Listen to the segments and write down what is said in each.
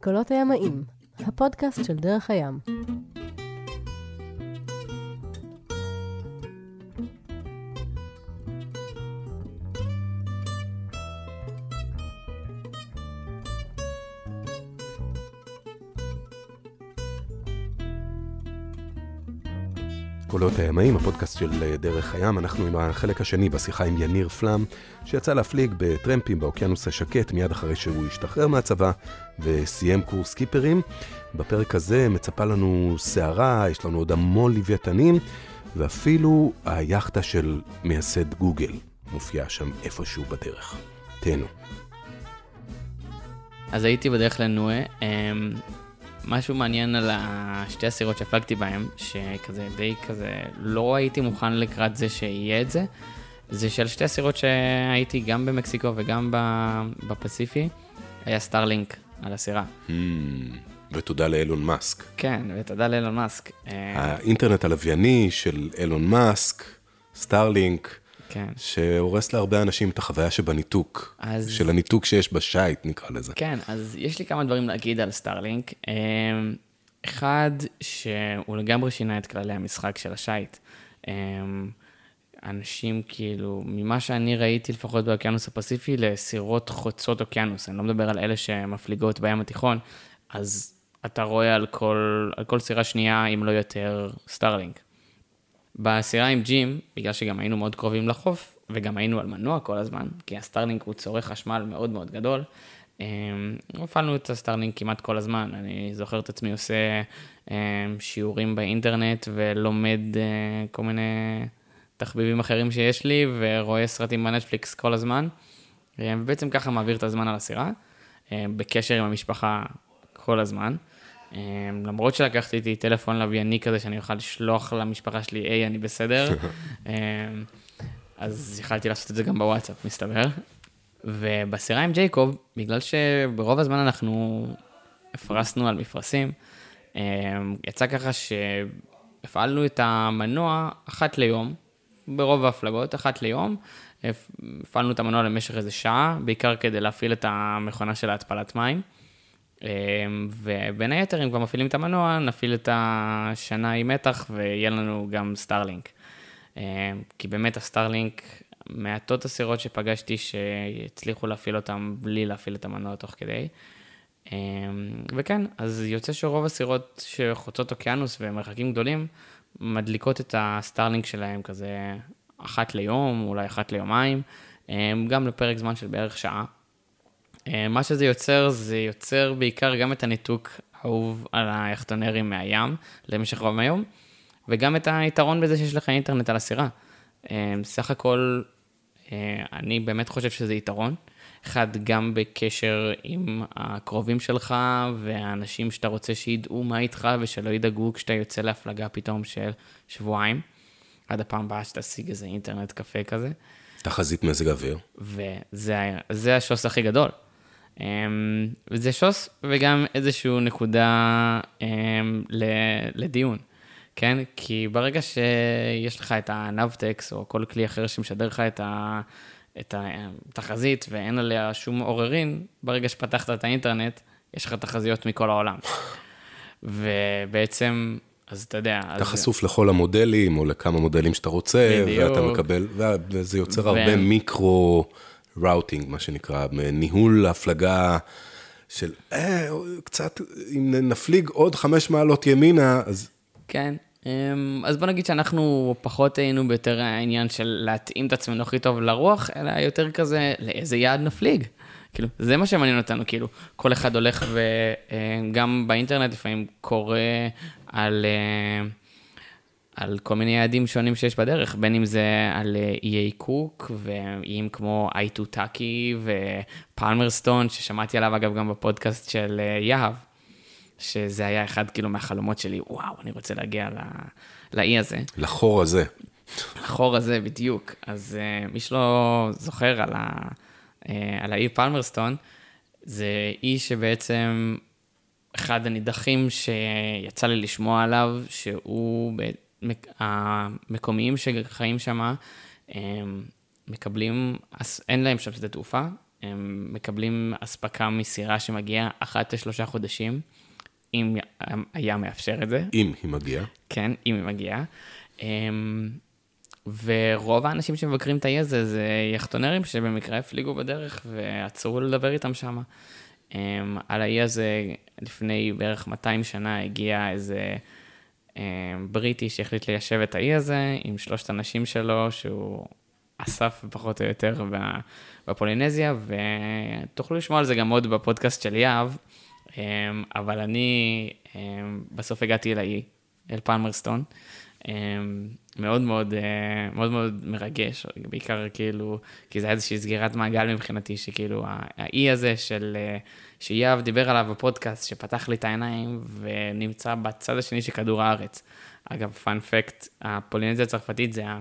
קולות הימאים, הפודקאסט של דרך הים. קולות הימאים, הפודקאסט של דרך הים. אנחנו עם החלק השני בשיחה עם יניר פלם, שיצא להפליג בטרמפים באוקיינוס השקט מיד אחרי שהוא השתחרר מהצבא וסיים קורס קיפרים. בפרק הזה מצפה לנו סערה, יש לנו עוד המון לוויתנים, ואפילו היאכטה של מייסד גוגל מופיעה שם איפשהו בדרך. תהנו. אז הייתי בדרך לנועה, משהו מעניין על שתי הסירות שהפלגתי בהם, שכזה די כזה לא הייתי מוכן לקראת זה שיהיה את זה, זה של שתי הסירות שהייתי גם במקסיקו וגם בפסיפי, היה סטארלינק על הסירה. ותודה לאילון מאסק. כן, ותודה לאילון מאסק. האינטרנט הלווייני של אילון מאסק, סטארלינק, כן. שהורס להרבה אנשים את החוויה שבניתוק, של הניתוק שיש בשייט, נקרא לזה. כן, אז יש לי כמה דברים להגיד על סטארלינק. אחד, שהוא לגמרי שינה את כללי המשחק של השייט. אנשים כאילו, ממה שאני ראיתי לפחות באוקיינוס הפסיפי, לסירות חוצות אוקיינוס, אני לא מדבר על אלה שמפליגות בים התיכון, אז אתה רואה על כל סירה שנייה, אם לא יותר, סטארלינק. בסירה עם ג'ים, בגלל שגם היינו מאוד קרובים לחוף, וגם היינו על מנוע כל הזמן, כי הסטארלינק הוא צורך חשמל מאוד מאוד גדול, הפעלנו את הסטארלינק כמעט כל הזמן. אני זוכר את עצמי עושה שיעורים באינטרנט, ולומד כל מיני תחביבים אחרים שיש לי, ורואה סרטים בנטפליקס כל הזמן, ובעצם ככה מעביר את הזמן על הסירה, בקשר עם המשפחה כל הזמן. למרות שלקחתי איתי טלפון לווייני כזה שאני אוכל לשלוח למשפחה שלי, היי, אני בסדר. אז יכלתי לעשות את זה גם בוואטסאפ, מסתבר. ובסירה עם ג'ייקוב, בגלל שברוב הזמן אנחנו הפרסנו על מפרסים, יצא ככה שהפעלנו את המנוע אחת ליום, ברוב ההפלגות, אחת ליום, הפעלנו את המנוע למשך איזה שעה, בעיקר כדי להפעיל את המכונה של ההתפלת מים, ובין היתר, אם כבר מפעילים את המנוע, נפעיל את השנה עם מתח, ויהיה לנו גם סטארלינק. כי באמת הסטארלינק, מעטות הסירות שפגשתי, שהצליחו להפעיל אותם בלי להפעיל את המנוע תוך כדי. וכן, אז יוצא שרוב הסירות שחוצות אוקיינוס ומרחקים גדולים, מדליקות את הסטארלינק שלהם כזה אחת ליום, אולי אחת ליומיים, גם לפרק זמן של בערך שעה. מה שזה יוצר, זה יוצר בעיקר גם את הניתוק האהוב על היחטונרים מהים, למשך רוב היום, וגם את היתרון בזה שיש לך אינטרנט על הסירה. סך הכל, אני באמת חושב שזה יתרון. אחד, גם בקשר עם הקרובים שלך, והאנשים שאתה רוצה שידעו מה איתך, ושלא ידאגו כשאתה יוצא להפלגה פתאום של שבועיים, עד הפעם הבאה שתשיג איזה אינטרנט קפה כזה. תחזית מזג אוויר. וזה השוס הכי גדול. וזה שוס וגם איזשהו נקודה לדיון, כן? כי ברגע שיש לך את הנאבטקס או כל כלי אחר שמשדר לך את התחזית ואין עליה שום עוררין, ברגע שפתחת את האינטרנט, יש לך תחזיות מכל העולם. ובעצם, אז אתה יודע... אתה חשוף לכל המודלים או לכמה מודלים שאתה רוצה, ואתה מקבל, וזה יוצר הרבה מיקרו... ראוטינג, מה שנקרא, ניהול הפלגה של, קצת, אם נפליג עוד 5 מעלות ימינה, אז... כן, אז בוא נגיד שאנחנו פחות היינו ביותר העניין של להתאים את עצמנו הכי טוב לרוח, אלא יותר כזה, לאיזה יעד נפליג. כאילו, זה מה שמעניין אותנו, כאילו, כל אחד הולך וגם באינטרנט לפעמים קורא על כל מיני יעדים שונים שיש בדרך, בין אם זה על איי קוק, ואיים כמו אייטוטאקי ופלמרסטון, ששמעתי עליו אגב גם בפודקאסט של יהב, שזה היה אחד כאילו מהחלומות שלי, וואו, אני רוצה להגיע לאי הזה. לחור הזה. לחור הזה, בדיוק. אז מי שלא זוכר על האי פלמרסטון, זה אי שבעצם אחד הנידחים שיצא לי לשמוע עליו, שהוא המקומיים שחיים שם, מקבלים, אין להם שם שדה תעופה, הם מקבלים אספקה מסירה שמגיעה 1 ל3 חודשים, אם היה מאפשר את זה. אם היא מגיעה. כן, אם היא מגיעה. ורוב האנשים שמבקרים את האי הזה, זה יחטונרים שבמקרה הפליגו בדרך, ועצרו לדבר איתם שם. על האי הזה, לפני בערך 200 שנה, הגיע איזה בריטי שהחליט ליישב את האי הזה, עם 3 אנשים שלו, שהוא אסף פחות או יותר בפולינזיה, ותוכלו לשמוע על זה גם עוד בפודקאסט של יאב, אבל אני בסוף הגעתי לאי, אל פלמרסטון, מאוד מאוד מרגש, בעיקר כאילו, כי זה היה איזושהי סגירת מעגל מבחינתי, שכאילו האי הזה שיאב דיבר עליו בפודקאסט, שפתח לי את העיניים, ונמצא בצד השני של כדור הארץ. אגב, פאנ פקט, הפולינזיה הצרפתית זה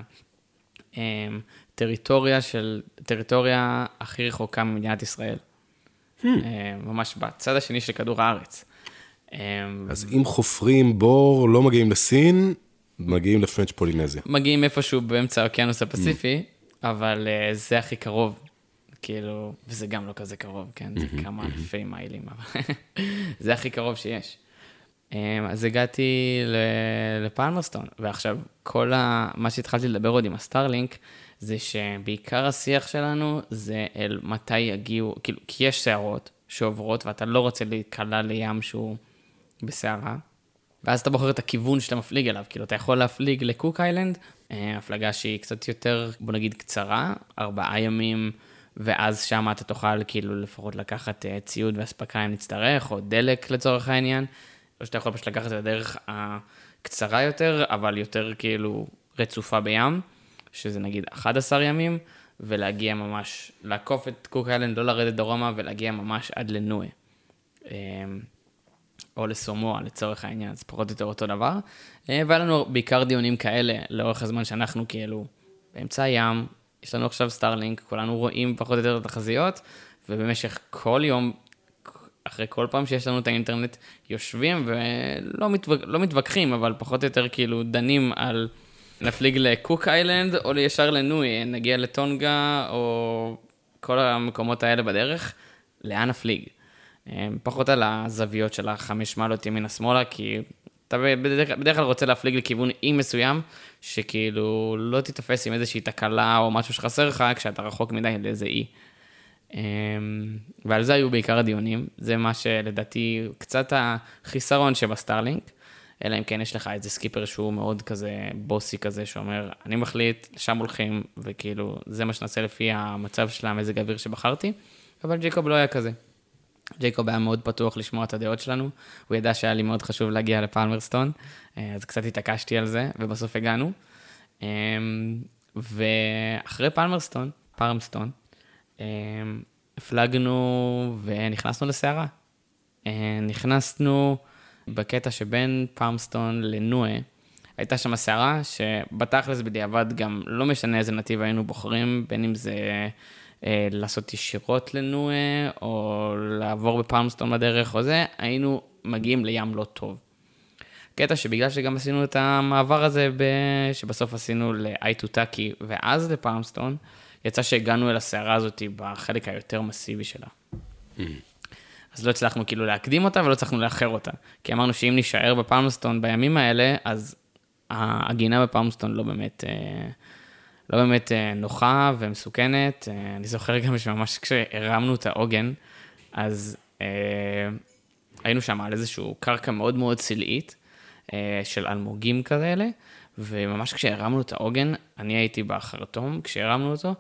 טריטוריה הכי רחוקה ממדינת ישראל. ממש בצד השני של כדור הארץ. אז אם חופרים בור, לא מגיעים לסין, מגיעים לפרנץ' פולינזיה. מגיעים איפשהו באמצע האוקיינוס הפסיפי, אבל זה הכי קרוב, כאילו, וזה גם לא כזה קרוב, כן? זה כמה אלפי מיילים, אבל זה הכי קרוב שיש. אז הגעתי לפלמרסטון, ועכשיו כל מה שהתחלתי לדבר עוד עם הסטארלינק, זה שבעיקר השיח שלנו זה אל מתי יגיעו, כאילו, כי יש שערות שעוברות, ואתה לא רוצה להיקלע לים שהוא בסערה, ואז אתה בוחר את הכיוון שאתה מפליג אליו, כאילו אתה יכול להפליג לקוק איילנד, הפלגה שהיא קצת יותר, בוא נגיד, קצרה, 4 ימים, ואז שם אתה תוכל כאילו לפחות לקחת ציוד והספקה אם נצטרך, או דלק לצורך העניין, או שאתה יכול פשוט לקחת את הדרך הקצרה יותר, אבל יותר כאילו רצופה בים, שזה נגיד 11 ימים, ולהגיע ממש, לעקוף את קוק איילנד, לא לרדת דרומה, ולהגיע ממש עד לנועה. או לסומואה, לצורך העניין, זה פחות או יותר אותו דבר. והיה לנו בעיקר דיונים כאלה, לאורך הזמן שאנחנו כאילו באמצע הים, יש לנו עכשיו סטארלינק, כולנו רואים פחות או יותר את התחזיות, ובמשך כל יום, אחרי כל פעם שיש לנו את האינטרנט, יושבים ולא מתווכחים, אבל פחות או יותר כאילו דנים על נפליג לקוק איילנד, או לישר לנוי, נגיע לטונגה, או כל המקומות האלה בדרך, לאן נפליג? פחות על הזוויות של 5 מעלות ימינה שמאלה, כי אתה בדרך כלל רוצה להפליג לכיוון אי מסוים, שכאילו לא תתפס עם איזושהי תקלה או משהו שחסר לך, כשאתה רחוק מדי לאיזה אי. ועל זה היו בעיקר הדיונים, זה מה שלדעתי קצת החיסרון שבסטארלינק, אלא אם כן יש לך איזה סקיפר שהוא מאוד כזה בוסי כזה, שאומר, אני מחליט, שם הולכים, וכאילו זה מה שנעשה לפי המצב של המזג האוויר שבחרתי, אבל ג'ייקוב לא היה כזה. ג'ייקוב היה מאוד פתוח לשמוע את הדעות שלנו, הוא ידע שהיה לי מאוד חשוב להגיע לפלמרסטון, אז קצת התעקשתי על זה, ובסוף הגענו. ואחרי פלמרסטון, הפלגנו ונכנסנו לסערה. נכנסנו בקטע שבין פלמרסטון לנועה, הייתה שם סערה שבתכלס בדיעבד גם לא משנה איזה נתיב היינו בוחרים, בין אם זה לעשות ישירות לנועה, או לעבור בפלמרסטון בדרך או זה, היינו מגיעים לים לא טוב. קטע שבגלל שגם עשינו את המעבר הזה, שבסוף עשינו לאייטוטאקי ואז לפלמרסטון, יצא שהגענו אל הסערה הזאת בחלק היותר מסיבי שלה. אז לא הצלחנו כאילו להקדים אותה, ולא הצלחנו לאחר אותה. כי אמרנו שאם נשאר בפלמרסטון בימים האלה, אז הגינה בפלמרסטון לא באמת נוחה ומסוכנת. אני זוכר גם שממש כשהרמנו את העוגן, אז היינו שם על איזשהו קרקע מאוד מאוד סלעית, של אלמוגים כאלה, וממש כשהרמנו את העוגן, אני הייתי בחרטום כשהרמנו אותו,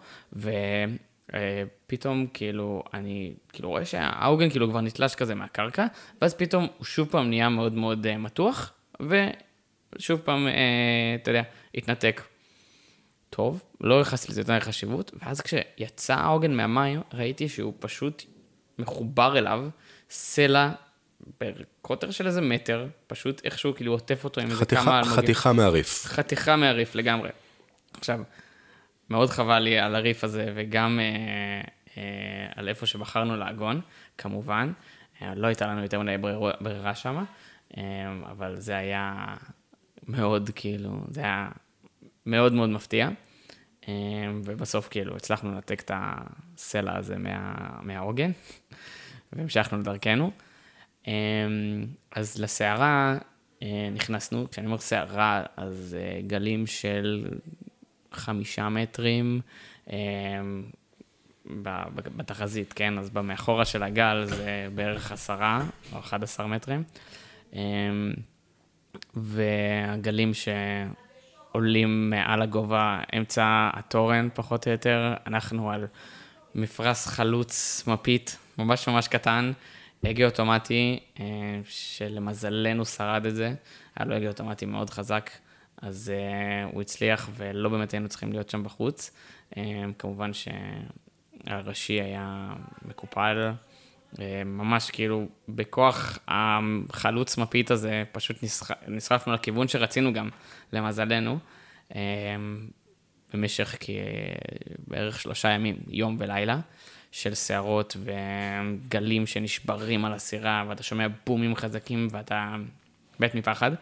ופתאום כאילו, אני כאילו רואה שהעוגן כאילו כבר נתלש כזה מהקרקע, ואז פתאום הוא שוב פעם נהיה מאוד מאוד מתוח, ושוב פעם, אתה יודע, התנתק. טוב, לא יחס לזה יותר חשיבות, ואז כשיצא העוגן מהמים, ראיתי שהוא פשוט מחובר אליו, סלע בקוטר של איזה מטר, פשוט איכשהו כאילו עוטף אותו עם איזה כמה אלמוגים. חתיכה מהריף. חתיכה מהריף לגמרי. עכשיו, מאוד חבל לי על הריף הזה, וגם על איפה שבחרנו לעגון, כמובן. לא הייתה לנו יותר מדי ברירה שם, אבל זה היה מאוד כאילו, זה היה מאוד מאוד מפתיע. ובסוף כאילו הצלחנו לנתק את הסלע הזה מהעוגן, והמשכנו לדרכנו. אז לסערה נכנסנו, כשאני אומר סערה, אז גלים של 5 מטרים בתחזית, כן? אז במאחורה של הגל זה בערך 10 או 11 מטרים. והגלים שעולים מעל הגובה, אמצע התורן פחות או יותר, אנחנו על מפרס חלוץ מפית, ממש ממש קטן, הגה אוטומטי, שלמזלנו שרד את זה, היה לו הגה אוטומטי מאוד חזק, אז הוא הצליח ולא באמת היינו צריכים להיות שם בחוץ. כמובן שהראשי היה מקופל, ממש כאילו בכוח החלוץ מפית הזה, פשוט נשרפנו לכיוון שרצינו גם, למזלנו, במשך בערך 3 ימים, יום ולילה, של שערות וגלים שנשברים על הסירה, ואתה שומע בומים חזקים ואתה בית מפחד.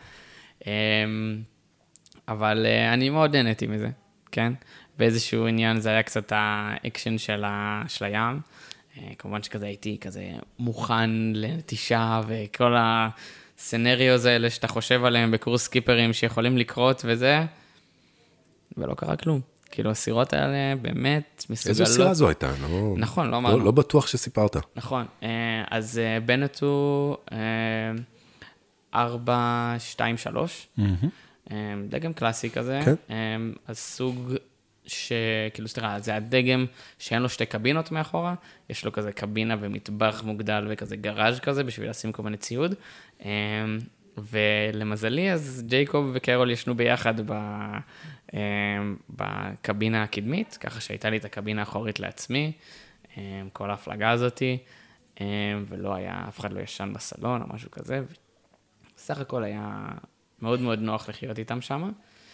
אבל אני מאוד נהניתי מזה, כן? באיזשהו עניין זה היה קצת האקשן של הים. כמובן שכזה הייתי כזה מוכן לנטישה, וכל הסצנריוז האלה שאתה חושב עליהם בקורס סקיפרים שיכולים לקרות וזה, ולא קרה כלום. כאילו הסירות האלה באמת מסוגלות. איזו סירה זו הייתה? נכון, לא אמרנו. לא בטוח שסיפרת. נכון, אז בנט הוא 423, דגם קלאסי כזה, אז סוג שכאילו סליחה, זה הדגם שאין לו 2 קבינות מאחורה, יש לו כזה קבינה ומטבח מוגדל וכזה גראז' כזה בשביל לשים כל מיני ציוד, ולמזלי אז ג'ייקוב וקרול ישנו ביחד בקבינה הקדמית, ככה שהייתה לי את הקבינה האחורית לעצמי, כל ההפלגה הזאת, ולא היה, אף אחד לא ישן בסלון או משהו כזה, בסך הכל היה מאוד מאוד נוח לחיות איתם שם,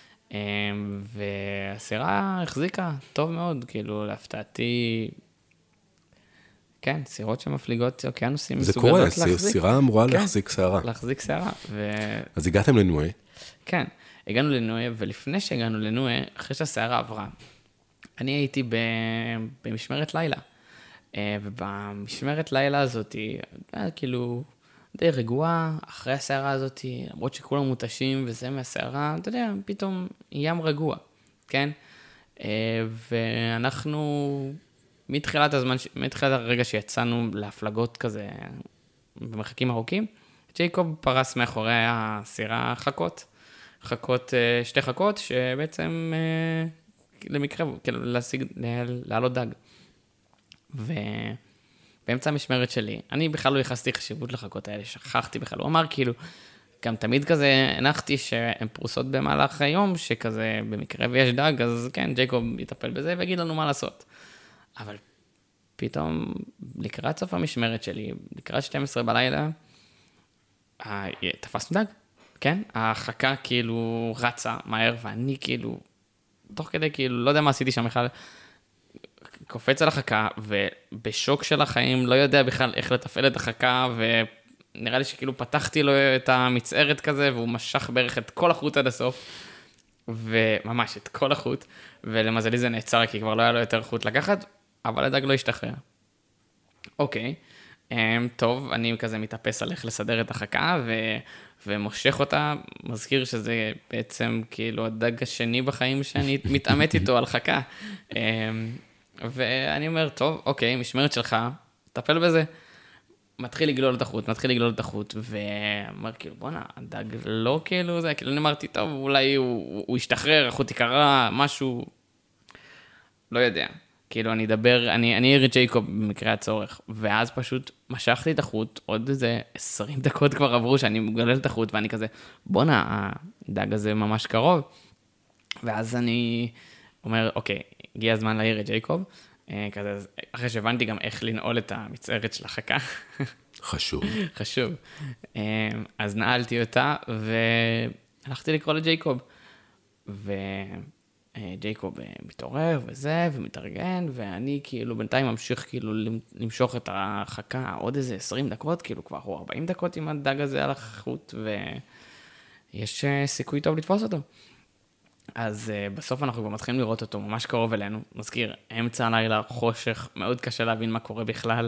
והסירה החזיקה טוב מאוד, כאילו להפתעתי, כן, סירות שמפליגות אוקיינוסים מסוגלות להחזיק. זה קורה, סירה אמורה להחזיק שערה. להחזיק שערה. אז הגעתם לנועה? כן, הגענו לנועה, ולפני שהגענו לנועה, אחרי שהסערה עברה, אני הייתי במשמרת לילה, ובמשמרת לילה הזאת, כאילו, די רגועה, אחרי הסערה הזאת, למרות שכולם מותשים וזה מהסערה, אתה יודע, פתאום ים רגוע, כן? ואנחנו, מתחילת הרגע שיצאנו להפלגות כזה, במרחקים ארוכים, ג'ייקוב פרס מאחורי הסירה חכות, 2 חכות, שבעצם למקרה, כאילו, לעלות דג. באמצע המשמרת שלי, אני בכלל לא ייחסתי חשיבות לחכות האלה, שכחתי בכלל, הוא אמר כאילו, גם תמיד כזה הנחתי שהן פרוסות במהלך היום, שכזה במקרה ויש דג, אז כן, ג'ייקוב יטפל בזה ויגיד לנו מה לעשות. אבל פתאום, לקראת סוף המשמרת שלי, לקראת 12 בלילה, תפסנו דג, כן? החכה כאילו רצה מהר, ואני כאילו, תוך כדי כאילו, לא יודע מה עשיתי שם בכלל, קופץ על החכה, ובשוק של החיים לא יודע בכלל איך לתפעל את החכה, ונראה לי שכאילו פתחתי לו את המצערת כזה, והוא משך בערך את כל החוט עד הסוף, וממש את כל החוט, ולמזלי זה נעצר, כי כבר לא היה לו יותר חוט לקחת, אבל הדג לא השתחרר. אוקיי, טוב, אני כזה מתאפס על איך לסדר את החכה, ומושך אותה, מזכיר שזה בעצם כאילו הדג השני בחיים שאני מתאמת איתו על חכה. ואני אומר, טוב, אוקיי, משמרת שלך, תטפל בזה. מתחיל לגלול את החוט, ואומר, כאילו, בוא'נה, הדג לא כאילו זה, כאילו, אני אמרתי, טוב, אולי הוא ישתחרר, החוט יקרה, משהו, לא יודע. כאילו, אני אעיר את ג'ייקוב במקרה הצורך, ואז פשוט משכתי את החוט, עוד איזה 20 דקות כבר עברו שאני מגלל את החוט, ואני כזה, בוא'נה, הדג הזה ממש קרוב. ואז אני אומר, אוקיי, הגיע הזמן להעיר את ג'ייקוב, כזה, אחרי שהבנתי גם איך לנעול את המצערת של החכה. חשוב. אז נעלתי אותה, והלכתי לקרוא לג'ייקוב. ג'ייקוב מתעורר וזה, ומתארגן, ואני כאילו בינתיים ממשיך כאילו למשוך את החכה עוד איזה 20 דקות, כאילו כבר הוא 40 דקות עם הדג הזה על החוט, ויש סיכוי טוב לתפוס אותו. אז בסוף אנחנו כבר מתחילים לראות אותו ממש קרוב אלינו. מזכיר, אמצע הלילה, חושך, מאוד קשה להבין מה קורה בכלל,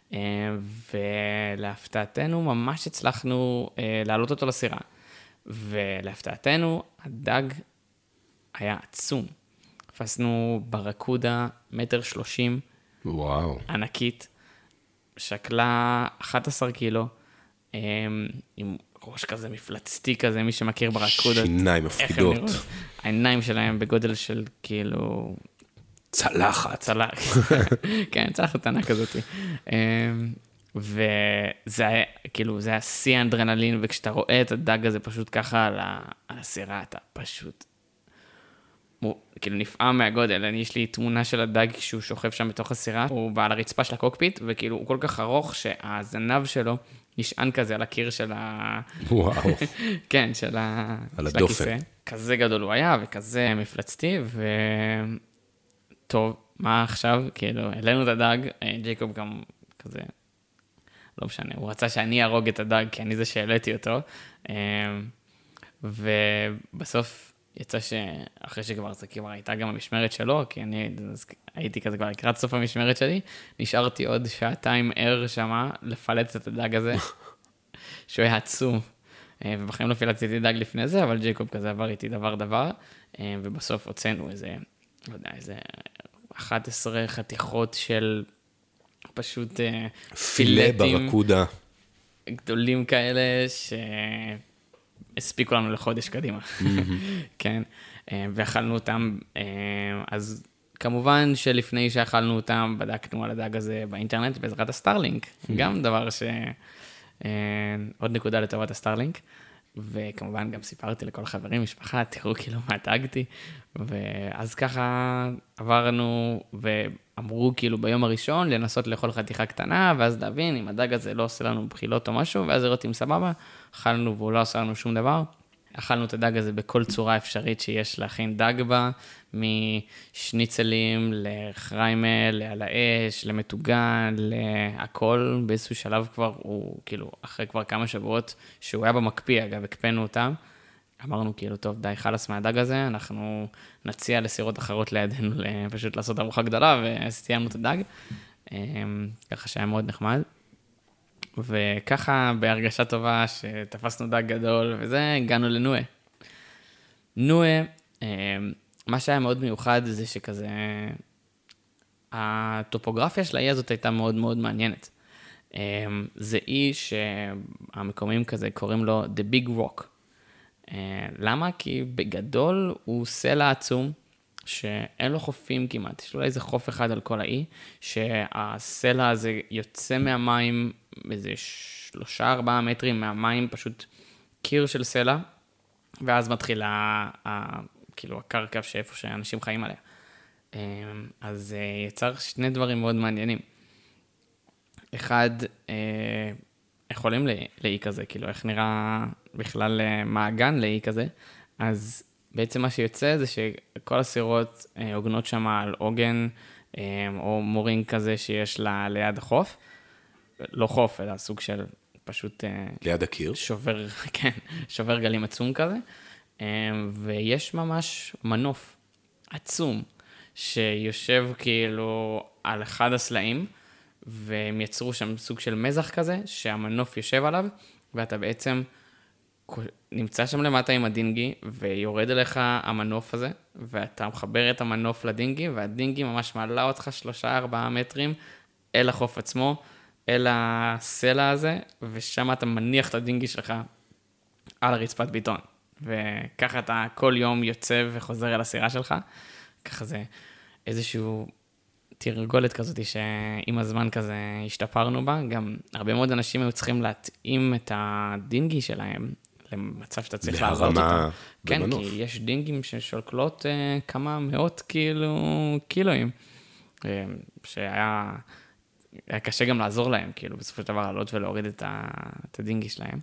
ולהפתעתנו ממש הצלחנו להעלות אותו לסירה. ולהפתעתנו, הדג היה עצום. תפסנו ברקודה 1.30 מטר, וואו. ענקית, שקלה 11 קילו, עם ראש כזה מפלצתי כזה, מי שמכיר ברקודות. שיניים מפחידות. העיניים שלהם בגודל של כאילו... צלחת. כן, צלחת קטנה כזאת. וזה היה, כאילו, זה היה שיא האנדרנלין, וכשאתה רואה את הדג הזה פשוט ככה על הסירה, אתה פשוט... כאילו נפעם מהגודל, יש לי תמונה של הדג כשהוא שוכב שם בתוך הסירה, הוא בא על הרצפה של הקוקפיט, וכאילו הוא כל כך ארוך שהזנב שלו נשען כזה על הקיר של וואו. כן, של הכיסא. כזה גדול הוא היה, וכזה מפלצתי, טוב, מה עכשיו? כאילו, העלינו את הדג, ג'ייקוב גם כזה, לא משנה, הוא רצה שאני ארוג את הדג, כי אני זה שהעליתי אותו, ובסוף יצא שאחרי שכבר זה כבר הייתה גם המשמרת שלו, כי אני הייתי כזה כבר לקראת סוף המשמרת שלי, נשארתי עוד 2 שעות ער שמה לפלץ את הדג הזה, שהוא היה עצום, ובחיים לא פילצתי דג לפני זה, אבל ג'ייקוב כזה עבר איתי דבר, ובסוף הוצאנו איזה, לא יודע, איזה 11 חתיכות של פשוט פילטים ברקודה. גדולים כאלה, הספיקו לנו לחודש קדימה. כן, ואכלנו אותם, אז כמובן שלפני שאכלנו אותם, בדקנו על הדג הזה באינטרנט בעזרת הסטארלינק, גם דבר עוד נקודה לטובת הסטארלינק, וכמובן גם סיפרתי לכל החברים, משפחה, תראו כאילו מה דאגתי, ואז ככה עברנו ואמרו כאילו ביום הראשון לנסות לאכול חתיכה קטנה, ואז להבין אם הדג הזה לא עושה לנו בחילות או משהו, ואז לראות אם סבבה, אכלנו והוא לא עושה לנו שום דבר, אכלנו את הדג הזה בכל צורה אפשרית שיש להכין דג בה, משניצלים לחריימה, לעל האש, למטוגן, להכל, באיזשהו שלב כבר הוא, כאילו, אחרי כבר כמה שבועות, שהוא היה במקפיא, אגב, הקפאנו אותם, אמרנו כאילו, טוב, די חלס מהדג הזה, אנחנו נציע לסירות אחרות לידינו, פשוט לעשות ארוחה גדולה, וסיימנו את הדג, ככה שהיה מאוד נחמד. וככה בהרגשה טובה שתפסנו דג גדול וזה, הגענו לנועה. נועה, מה שהיה מאוד מיוחד זה שכזה, הטופוגרפיה של האי הזאת הייתה מאוד מאוד מעניינת. זה אי שהמקומים כזה קוראים לו The Big Rock. למה? כי בגדול הוא סלע עצום, שאין לו חופים כמעט, יש לו איזה חוף אחד על כל האי, שהסלע הזה יוצא מהמים, איזה 3-4 מטרים מהמים, פשוט קיר של סלע, ואז מתחילה כאילו הקרקע שאיפה שאנשים חיים עליה. אז יצר 2 דברים מאוד מעניינים. אחד, איך עולים לאי כזה, כאילו איך נראה בכלל מעגן לאי כזה, אז בעצם מה שיוצא זה שכל הסירות עוגנות שם על עוגן, או מורינג כזה שיש לה ליד החוף, לא חוף, אלא סוג של פשוט... ליד הקיר? שובר, כן, שובר גלים עצום כזה, ויש ממש מנוף עצום, שיושב כאילו על אחד הסלעים, והם יצרו שם סוג של מזח כזה, שהמנוף יושב עליו, ואתה בעצם נמצא שם למטה עם הדינגי, ויורד אליך המנוף הזה, ואתה מחבר את המנוף לדינגי, והדינגי ממש מעלה אותך 3-4 מטרים אל החוף עצמו, אל הסלע הזה, ושם אתה מניח את הדינגי שלך על הרצפת ביטון. וככה אתה כל יום יוצא וחוזר אל הסירה שלך. ככה זה איזשהו תרגולת כזאת שעם הזמן כזה השתפרנו בה. גם הרבה מאוד אנשים היו צריכים להתאים את הדינגי שלהם למצב שאתה צריך לעזור אותם. כן, כי יש דינגים ששולקלות כמה מאות קילואים, שהיה קשה גם לעזור להם, כאילו בסופו של דבר לעלות ולהוריד את הדינגי שלהם.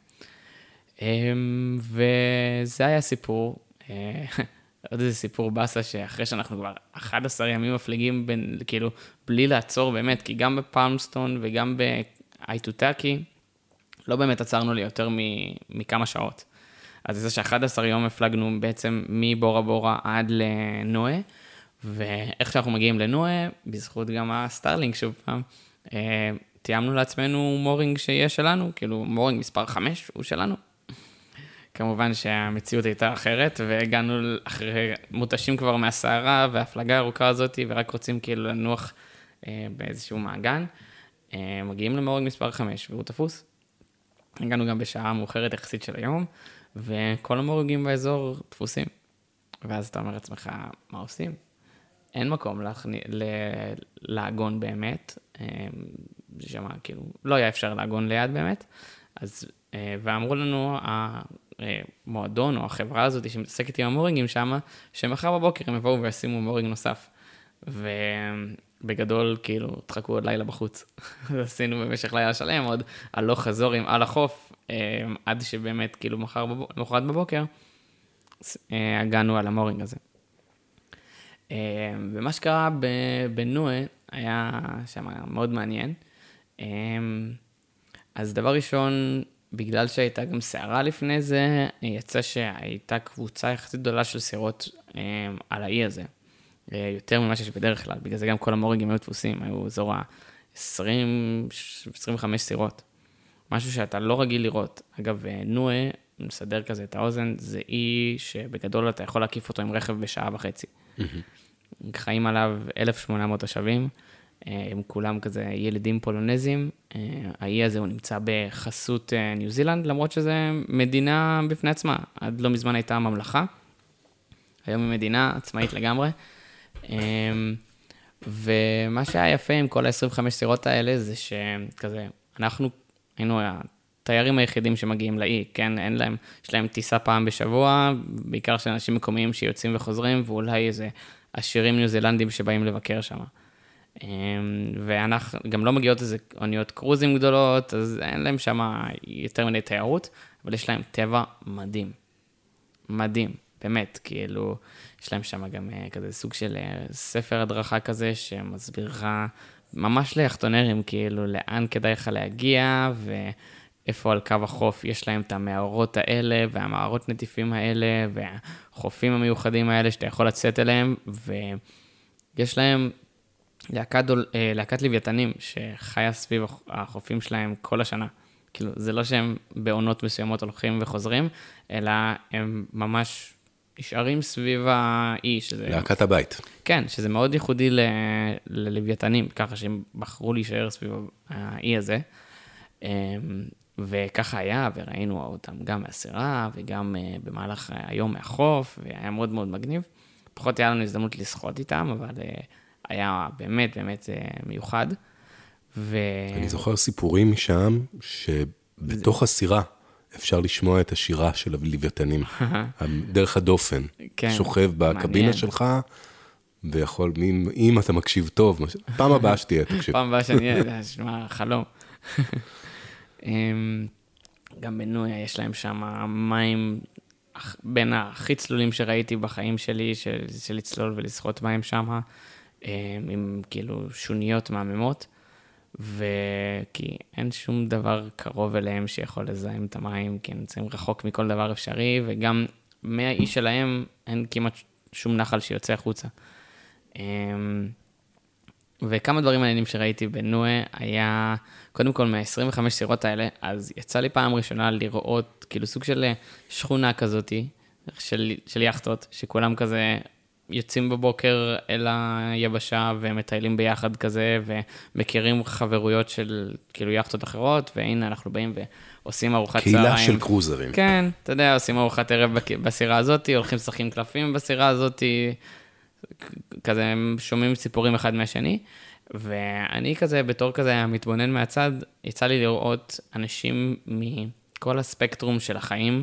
וזה היה סיפור, עוד איזה סיפור בסה, שאחרי שאנחנו כבר 11 ימים מפליגים, כאילו בלי לעצור באמת, כי גם בפלמסטון וגם באייטוטאקי, לא באמת עצרנו לי יותר מכמה שעות. אז זה ש11 יום הפלגנו בעצם מבורה בורה עד לנועה, ואיך שאנחנו מגיעים לנועה, בזכות גם הסטארלינק שוב פעם, תיאמנו לעצמנו מורינג שיש שלנו, כאילו מורינג מספר 5 הוא שלנו. כמובן שהמציאות הייתה אחרת, והגענו אחרי מותשים כבר מהסערה, וההפלגה הארוכה הזאת, ורק רוצים כאילו לנוח באיזשהו מעגן. מגיעים למורינג מספר 5, והוא תפוס. הגענו גם בשעה מאוחרת יחסית של היום, וכל המורינגים באזור תפוסים. ואז אתה אומר לעצמך, מה עושים? אין מקום לעגון באמת, שמה, כאילו, לא היה אפשר לעגון ליד באמת, אז, ואמרו לנו, המועדון או החברה הזאת שמתעסקת עם המורינגים שם, שמחר בבוקר הם יבואו וישימו מורינג נוסף, ובגדול, כאילו, תחכו עוד לילה בחוץ, עשינו במשך לילה שלם, עוד הלוך חזורים על החוף, עד שבאמת, כאילו, מחרת בבוקר, הגענו על המורינג הזה. ומה שקרה בנועה היה שם מאוד מעניין. אז דבר ראשון, בגלל שהייתה גם סערה לפני זה, יצא שהייתה קבוצה יחסית גדולה של סירות על האי הזה. יותר ממה שיש בדרך כלל, בגלל זה גם כל המורינגים היו תפוסים, היו אזור 20-25 סירות. משהו שאתה לא רגיל לראות. אגב, נועה, מסדר כזה את האוזן, זה אי שבגדול אתה יכול להקיף אותו עם רכב בשעה וחצי. חיים עליו 1,800 תושבים, הם כולם כזה ילדים פולונזים, האי הזה הוא נמצא בחסות ניו זילנד, למרות שזה מדינה בפני עצמה, עד לא מזמן הייתה ממלכה, היום היא מדינה עצמאית לגמרי, ומה שהיה יפה עם כל ה-25 סירות האלה, זה שכזה, אנחנו היינו התיירים היחידים שמגיעים לאי, כן, אין להם, יש להם טיסה פעם בשבוע, בעיקר של אנשים מקומיים שיוצאים וחוזרים, ואולי איזה עשירים ניו זילנדים שבאים לבקר שם. ואנחנו גם לא מגיעות איזה אוניות קרוזים גדולות, אז אין להם שם יותר מדי תיירות, אבל יש להם טבע מדהים. מדהים, באמת, כאילו, יש להם שם גם כזה סוג של ספר הדרכה כזה, שמסביר לך ממש ליחטונרים, כאילו, לאן כדאי לך להגיע, איפה על קו החוף יש להם את המערות האלה, והמערות נטיפים האלה, והחופים המיוחדים האלה שאתה יכול לצאת אליהם, ויש להם להקת לוויתנים שחיה סביב החופים שלהם כל השנה. כאילו, זה לא שהם בעונות מסוימות הולכים וחוזרים, אלא הם ממש נשארים סביב האי. להקת הבית. כן, שזה מאוד ייחודי ללוויתנים, ככה שהם בחרו להישאר סביב האי הזה. וככה היה, וראינו אותם גם מהסירה, וגם במהלך היום מהחוף, והיה מאוד מאוד מגניב. פחות היה לנו הזדמנות לשחות איתם, אבל היה באמת באמת מיוחד. אני זוכר סיפורים משם, שבתוך הסירה אפשר לשמוע את השירה של הלוויתנים, דרך הדופן. שוכב בקבינה שלך, ויכול, אם אתה מקשיב טוב, פעם הבאה שתהיה, תקשיב. פעם הבאה שאני אהיה, שמה, חלום. גם בנויה יש להם שם מים בין הכי צלולים שראיתי בחיים שלי, של לצלול ולשחות מים שם, עם כאילו שוניות מהממות, וכי אין שום דבר קרוב אליהם שיכול לזהם את המים, כי הם נמצאים רחוק מכל דבר אפשרי, וגם מהאי שלהם אין כמעט שום נחל שיוצא החוצה. וכמה דברים מעניינים שראיתי בנועה היה, קודם כל מה-25 סירות האלה, אז יצא לי פעם ראשונה לראות כאילו סוג של שכונה כזאת, של יחטות, שכולם כזה יוצאים בבוקר אל היבשה ומטיילים ביחד כזה, ומכירים חברויות של כאילו יחטות אחרות, והנה אנחנו באים ועושים ארוחת צהריים. קהילה של קרוזרים. כן, אתה יודע, עושים ארוחת ערב בסירה הזאת, הולכים לשחקים קלפים בסירה הזאת, כזה הם שומעים סיפורים אחד מהשני, ואני כזה, בתור כזה מתבונן מהצד, יצא לי לראות אנשים מכל הספקטרום של החיים,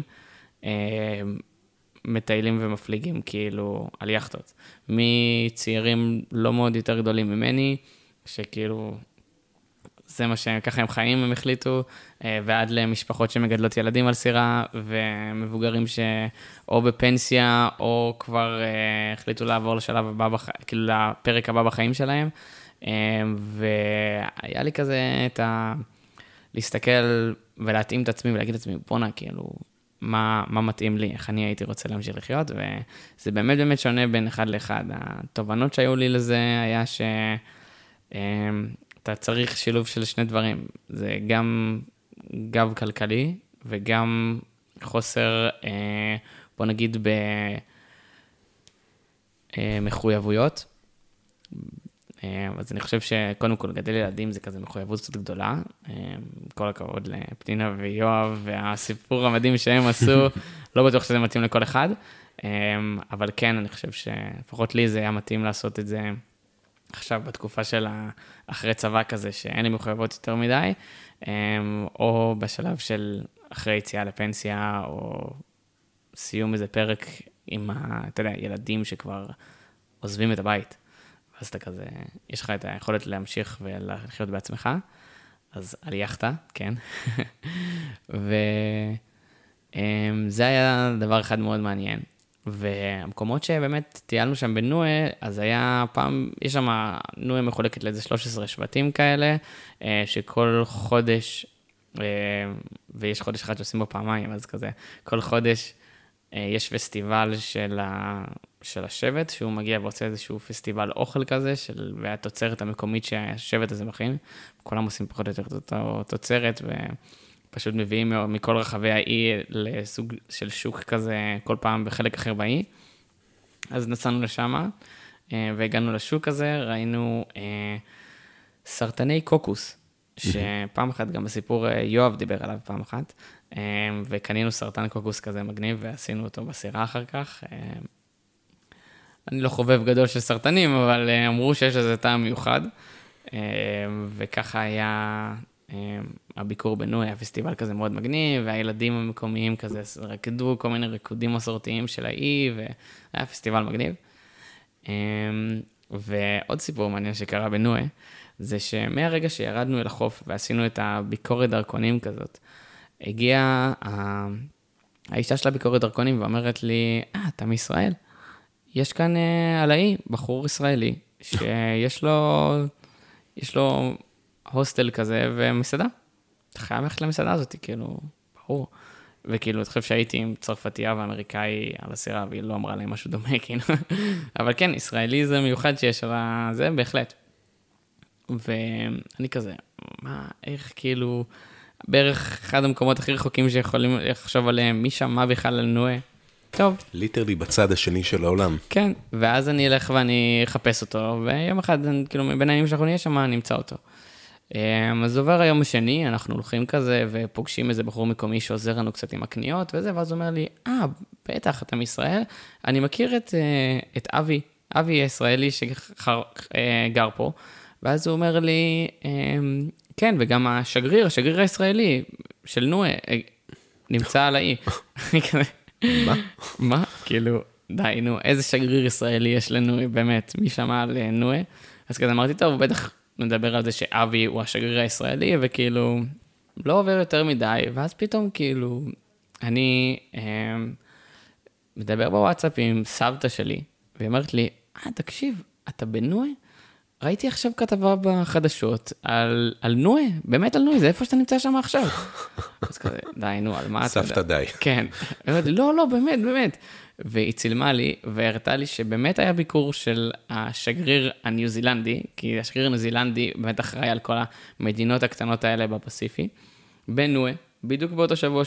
מטיילים ומפליגים כאילו על יחטות. מצעירים לא מאוד יותר גדולים ממני, שכאילו זה מה שככה הם חיים, הם החליטו, ועד למשפחות שמגדלות ילדים על סירה, ומבוגרים שאו בפנסיה, או כבר החליטו לעבור לשלב הבא, כאילו לפרק הבא בחיים שלהם, והיה לי כזה להסתכל ולהתאים את עצמי, ולהגיד את עצמי, בונה, כאילו, מה מתאים לי, איך אני הייתי רוצה להמשיך לחיות, וזה באמת באמת שונה בין אחד לאחד. התובנות שהיו לי לזה היה שאתה צריך שילוב של שני דברים. זה גם גב כלכלי, וגם חוסר, בוא נגיד, במחויבויות. אז אני חושב שקודם כל גדל ילדים זה כזה מחויבות קצת גדולה. כל הכבוד לפנינה ויואב והסיפור המדהים שהם עשו, לא בטוח שזה מתאים לכל אחד, אבל כן, אני חושב שלפחות לי זה היה מתאים לעשות את זה עכשיו בתקופה של אחרי צבא כזה, שאין לי מחויבות יותר מדי, או בשלב של אחרי יציאה לפנסיה, או סיום איזה פרק עם אתה יודע, ילדים שכבר עוזבים את הבית. אז אתה כזה, יש לך את היכולת להמשיך ולחיות בעצמך, אז על יחטה, כן. וזה היה דבר אחד מאוד מעניין. והמקומות שבאמת טיילנו שם בנועה, אז היה פעם, יש שם, נועה מחולקת לאיזה 13 שבטים כאלה, שכל חודש, ויש חודש אחד שעושים בו פעמיים, אז כזה, כל חודש יש פסטיבל של השבט, שהוא מגיע ועושה איזשהו פסטיבל אוכל כזה, והתוצרת המקומית שהשבט הזה מכין, כולם עושים פחות או יותר אותו תוצרת, ופשוט מביאים מכל רחבי האי לסוג של שוק כזה, כל פעם בחלק אחר באי. אז נסענו לשם, והגענו לשוק הזה, ראינו סרטני קוקוס, שפעם אחת גם בסיפור יואב דיבר עליו פעם אחת, וקנינו סרטן קוקוס כזה מגניב, ועשינו אותו בסירה אחר כך. אני לא חובב גדול של סרטנים, אבל אמרו שיש לזה טעם מיוחד, וככה היה הביקור בנועה, היה פסטיבל כזה מאוד מגניב, והילדים המקומיים כזה רקדו כל מיני ריקודים מסורתיים של האי, והיה פסטיבל מגניב. ועוד סיפור מעניין שקרה בנועה, זה שמהרגע שירדנו אל החוף ועשינו את הביקורת דרכונים כזאת, הגיעה האישה של הביקורת דרכונים ואומרת לי, אתה מישראל? יש כאן על האי בחור ישראלי, שיש לו הוסטל כזה ומסעדה. אתה חייב ללכת למסעדה הזאת, כאילו, ברור. וכאילו, אני חושב שהייתי עם צרפתייה ואמריקאי על הסירה, והיא לא אמרה להם משהו דומה, כאילו. אבל כן, ישראלי זה מיוחד שיש על זה, בהחלט. ואני כזה, איך כאילו, בערך אחד המקומות הכי רחוקים שיכולים לחשוב עליהם, מי שמע בכלל על נועה? טוב. ליטרלי בצד השני של העולם. כן, ואז אני אלך ואני אחפש אותו, ויום אחד, כאילו, מבין הימים שאנחנו נהיה שם, נמצא אותו. אז עובר היום השני, אנחנו הולכים כזה, ופוגשים איזה בחור מקומי שעוזר לנו קצת עם הקניות, וזה, ואז הוא אומר לי, בטח, אתה מישראל? אני מכיר את אבי ישראלי שגר פה, ואז הוא אומר לי, כן, וגם השגריר הישראלי של נועה, נמצא על האי. מה? מה? כאילו, די, נו, איזה שגריר ישראלי יש לנו, באמת, מי שמע על נועה? אז כזה אמרתי, טוב, בטח נדבר על זה שאבי הוא השגריר הישראלי, וכאילו, לא עובר יותר מדי, ואז פתאום, כאילו, אני מדבר בוואטסאפ עם סבתא שלי, והיא אומרת לי, תקשיב, אתה בנועה? ראיתי עכשיו כתבה בחדשות על נועה, באמת על נועה, זה איפה שאתה נמצא שם עכשיו. אז כזה, די, נו, על מה אתה... סבתא די. כן. לא, באמת. והיא צילמה לי, והראתה לי שבאמת היה ביקור של השגריר הניו-זילנדי, כי השגריר הניו-זילנדי באמת אחראי על כל המדינות הקטנות האלה בפסיפי, בנועה, בדיוק באותו שבוע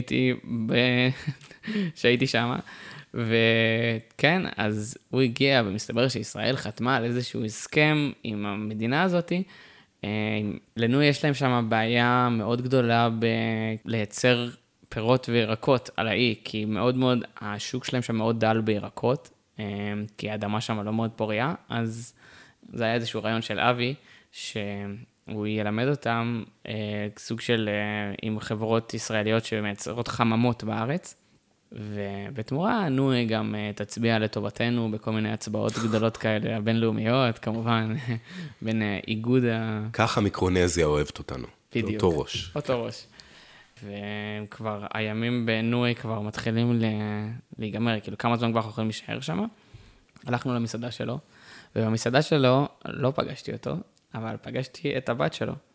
שהייתי שם, וכן, אז הוא הגיע, ומסתבר שישראל חתמה על איזשהו הסכם עם המדינה הזאת. לנועה יש להם שם בעיה מאוד גדולה לייצר פירות וירקות על האי, כי מאוד מאוד, השוק שלהם שם מאוד דל בירקות, כי האדמה שם לא מאוד פוריה, אז זה היה איזשהו רעיון של אבי, שהוא ילמד אותם סוג של, עם חברות ישראליות שמייצרות חממות בארץ, ובתמורה, נועה גם תצביע לטובתנו בכל מיני הצבעות גדולות כאלה, הבינלאומיות, כמובן, בין איגוד ככה מיקרונזיה אוהבת אותנו. בדיוק. אותו ראש. וכבר הימים בנועה כבר מתחילים להיגמר, כאילו כמה זמן כבר אנחנו יכולים להישאר שם. הלכנו למסעדה שלו, ובמסעדה שלו לא פגשתי אותו, אבל פגשתי את הבת שלו.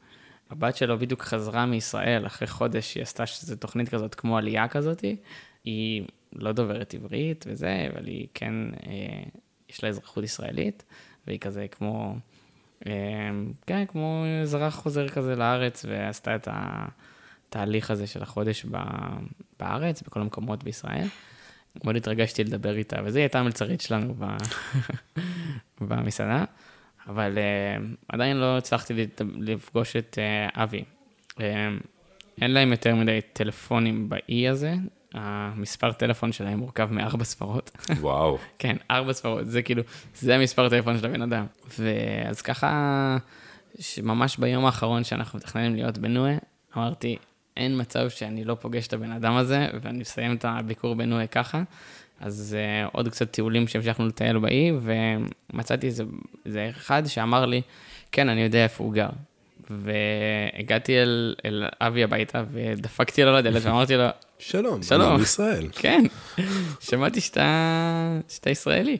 הבת שלו בדיוק חזרה מישראל, אחרי חודש היא עשתה שזו תוכנית כזאת, כמו עלייה כזאת, היא לא דוברת עברית וזה, אבל היא כן, יש לה אזרחות ישראלית, והיא כזה כמו, כן, כמו אזרח חוזר כזה לארץ, ועשתה את התהליך הזה של החודש בארץ, בכל המקומות בישראל. מאוד התרגשתי לדבר איתה, וזה הייתה המלצרית שלנו במסעדה, אבל עדיין לא הצלחתי לפגוש את אבי. אין להם יותר מדי טלפונים באי הזה, המספר טלפון שלהם מורכב מ4 ספרות. וואו. כן, 4 ספרות, זה כאילו, זה המספר טלפון של הבן אדם. ואז ככה, ממש ביום האחרון שאנחנו מתכננים להיות בנועה, אמרתי, אין מצב שאני לא פוגש את הבן אדם הזה, ואני מסיים את הביקור בנועה ככה. אז עוד קצת טיולים שהמשכנו לטייל באי, ומצאתי איזה אחד שאמר לי, כן, אני יודע איפה הוא גר. והגעתי אל אבי הביתה, ודפקתי לו לדלת, ואמרתי לו, שלום, שלום. אני מישראל. כן, שמעתי שאתה ישראלי.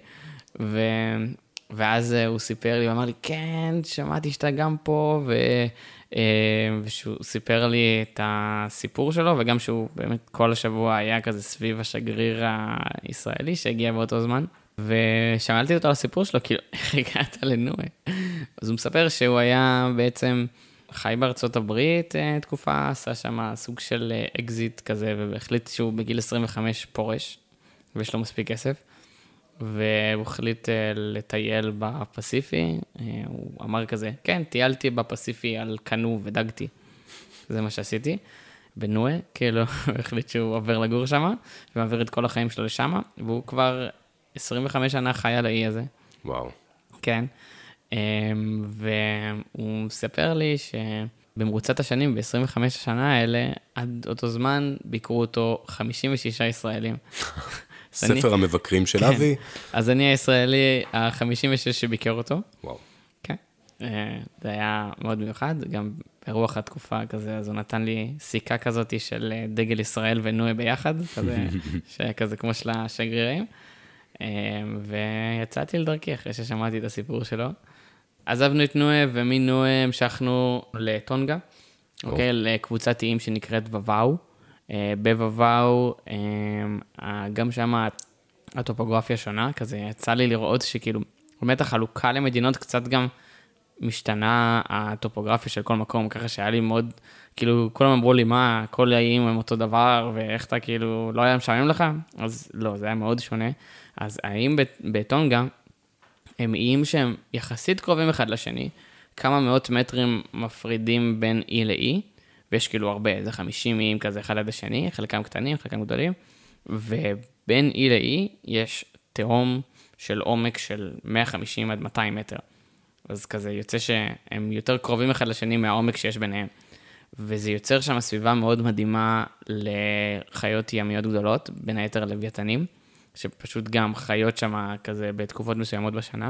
ואז הוא סיפר לי, הוא אמר לי, כן, שמעתי שאתה גם פה, ושהוא סיפר לי את הסיפור שלו, וגם שהוא באמת כל השבוע היה כזה סביב השגריר הישראלי שהגיע באותו זמן, ושמעתי אותו על הסיפור שלו, כאילו, איך הגעת לנועה? אז הוא מספר שהוא היה בעצם חי בארצות הברית תקופה, עשה שם סוג של אקזיט כזה, והחליט שהוא בגיל 25 פורש, ויש לו מספיק כסף, והוא החליט לטייל בפסיפי, הוא אמר כזה, כן, טיילתי בפסיפי על קנו ודגתי, זה מה שעשיתי, בנועה, כאילו, הוא החליט שהוא עובר לגור שם, ומעביר את כל החיים שלו לשם, והוא כבר 25 שנה חי על האי הזה. וואו. כן, והוא מספר לי שבמרוצת השנים, ב-25 השנה האלה, עד אותו זמן ביקרו אותו 56 ישראלים. ספר המבקרים של אבי. אז אני הישראלי ה-56 שביקר אותו. וואו. כן. זה היה מאוד מיוחד, גם ברוח התקופה כזה, אז הוא נתן לי סיכה כזאת של דגל ישראל ונועה ביחד, כזה כמו של השגרירים. ויצאתי לדרכי אחרי ששמעתי את הסיפור שלו. עזבנו את נועה, ומנועה המשכנו לטונגה, אוקיי, לקבוצת איים שנקראת וואו. בוואו, גם שם הטופוגרפיה שונה, כזה יצא לי לראות שכאילו, באמת החלוקה למדינות קצת גם משתנה הטופוגרפיה של כל מקום, ככה שהיה לי מאוד, כאילו, כולם אמרו לי, מה, כל האיים הם אותו דבר, ואיך אתה כאילו, לא היה משעמם לך? אז לא, זה היה מאוד שונה. אז האיים בטונגה, הם איים שהם יחסית קרובים אחד לשני, כמה מאות מטרים מפרידים בין אי לאי, ויש כאילו הרבה, זה 50 איים כזה אחד עד השני, חלקם קטנים, חלקם גדולים, ובין אי לאי יש תהום של עומק של 150 עד 200 מטר. אז כזה יוצא שהם יותר קרובים אחד לשני מהעומק שיש ביניהם. וזה יוצר שם סביבה מאוד מדהימה לחיות ימיות גדולות, בין היתר לוויתנים, שפשוט גם חיות שם כזה בתקופות מסוימות בשנה,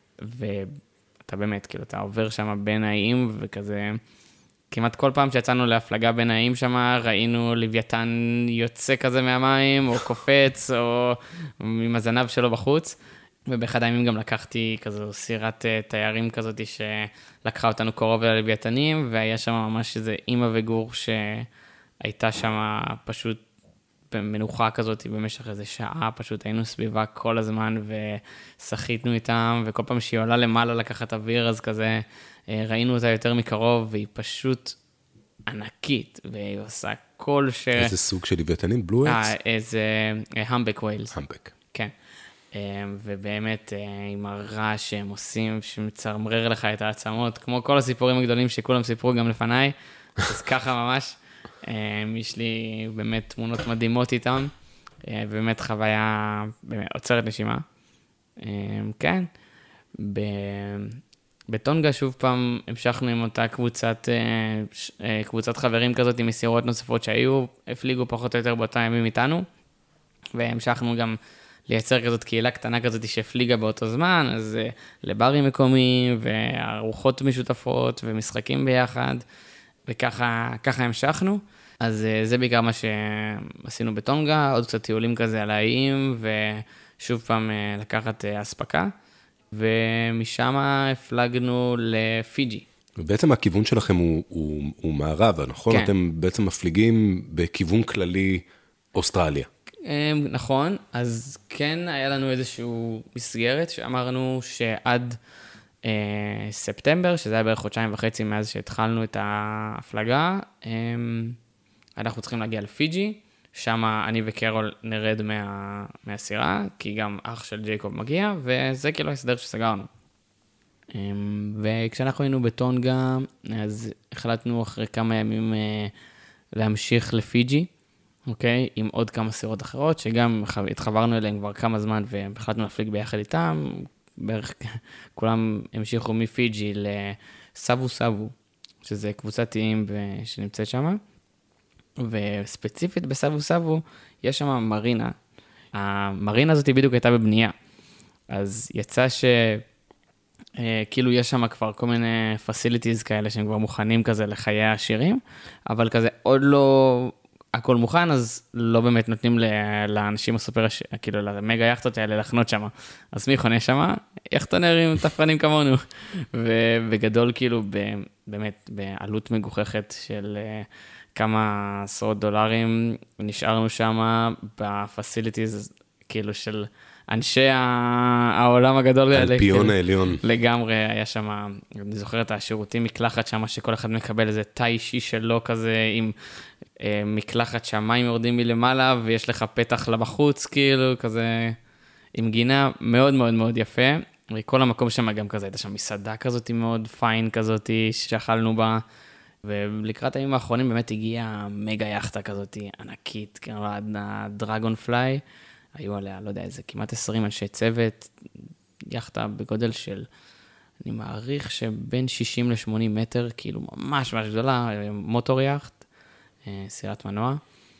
ואתה באמת, כאילו, אתה עובר שם בין האיים, וכזה, כמעט כל פעם שיצאנו להפלגה בין האיים שם, ראינו לוויתן יוצא כזה מהמים, או קופץ, או עם הזנב שלו בחוץ, ובאחד הימים גם לקחתי כזו סירת תיירים כזאת, שלקחה אותנו קרוב ללוויתנים, והיה שם ממש איזה אמא וגור שהייתה שם פשוט במנוחה כזאת במשך איזה שעה, פשוט היינו סביבה כל הזמן ושחיתנו איתם, וכל פעם שהיא עולה למעלה לקחת אוויר, אז כזה ראינו אותה יותר מקרוב, והיא פשוט ענקית, והיא עושה כל איזה סוג של לוויתנים? בלו-אקס? איזה המבק ווילס. המבק. כן. ובאמת עם הרעש שהם עושים, שמצמרר לך את העצמות, כמו כל הסיפורים הגדולים שכולם סיפרו גם לפניי, אז ככה ממש. יש לי באמת תמונות מדהימות איתם, ובאמת חוויה עוצרת נשימה. כן, בטונגה שוב פעם המשכנו עם אותה קבוצת חברים כזאת עם מסירות נוספות שהיו, הפליגו פחות או יותר באותה ימים איתנו, והמשכנו גם לייצר כזאת קהילה קטנה כזאת שהפליגה באותו זמן, אז לברים מקומיים וארוחות משותפות ומשחקים ביחד, וככה המשכנו. אז זה בעיקר מה שעשינו בטונגה, עוד קצת טיולים כזה על האיים, ושוב פעם לקחת אספקה, ומשם הפלגנו לפיג'י. ובעצם הכיוון שלכם הוא מערבה, נכון? כן. אתם בעצם מפליגים בכיוון כללי אוסטרליה. נכון, אז כן היה לנו איזשהו מסגרת שאמרנו שעד ספטמבר, שזה היה בערך 2.5 חודשים מאז שהתחלנו את ההפלגה, אנחנו צריכים להגיע לפיג'י, שם אני וקרול נרד מהסירה, כי גם אח של ג'ייקוב מגיע, וזה כאילו הסדר שסגרנו. וכשאנחנו היינו בטונגה, אז החלטנו אחרי כמה ימים להמשיך לפיג'י, אוקיי? עם עוד כמה סירות אחרות, שגם התחברנו אליהם כבר כמה זמן, והחלטנו להפליג ביחד איתם, בערך כולם המשיכו מפיג'י לסבו סבו, שזה קבוצת טיים שנמצאת שם, וספציפית בסבו סבו, יש שם מרינה. המרינה הזאת בדיוק הייתה בבנייה, אז יצא כאילו יש שם כבר כל מיני facilities כאלה שהם כבר מוכנים כזה לחיי העשירים, אבל כזה עוד לא הכל מוכן, אז לא באמת נותנים לאנשים הסופר, כאילו למגה יחטות האלה לחנות שם. אז מי חונה שם? יחטונרים, תפרנים כמונו. ובגדול כאילו באמת בעלות מגוחכת של כמה עשרות דולרים, נשארנו שם בפסיליטיז כאילו של אנשי העולם הגדול. אלפיון העליון. לגמרי היה שם, אני זוכר את השירותים מקלחת שם, שכל אחד מקבל איזה תא אישי שלו כזה, עם מקלחת שהמים יורדים מלמעלה, ויש לך פתח לבחוץ, כאילו, כזה, עם גינה מאוד מאוד מאוד יפה, וכל המקום שם גם כזה, הייתה שם מסעדה כזאת מאוד פיין כזאת, שאכלנו בה, ולקראת הימים האחרונים באמת הגיעה מגה יחטה כזאת, ענקית, כאילו, הדרגון פליי, היו עליה, לא יודע, איזה כמעט 20 אנשי צוות, יחטה בגודל של, אני מעריך שבין 60 ל-80 מטר, כאילו ממש ממש גדולה, מוטור יחט, סירת מנוע,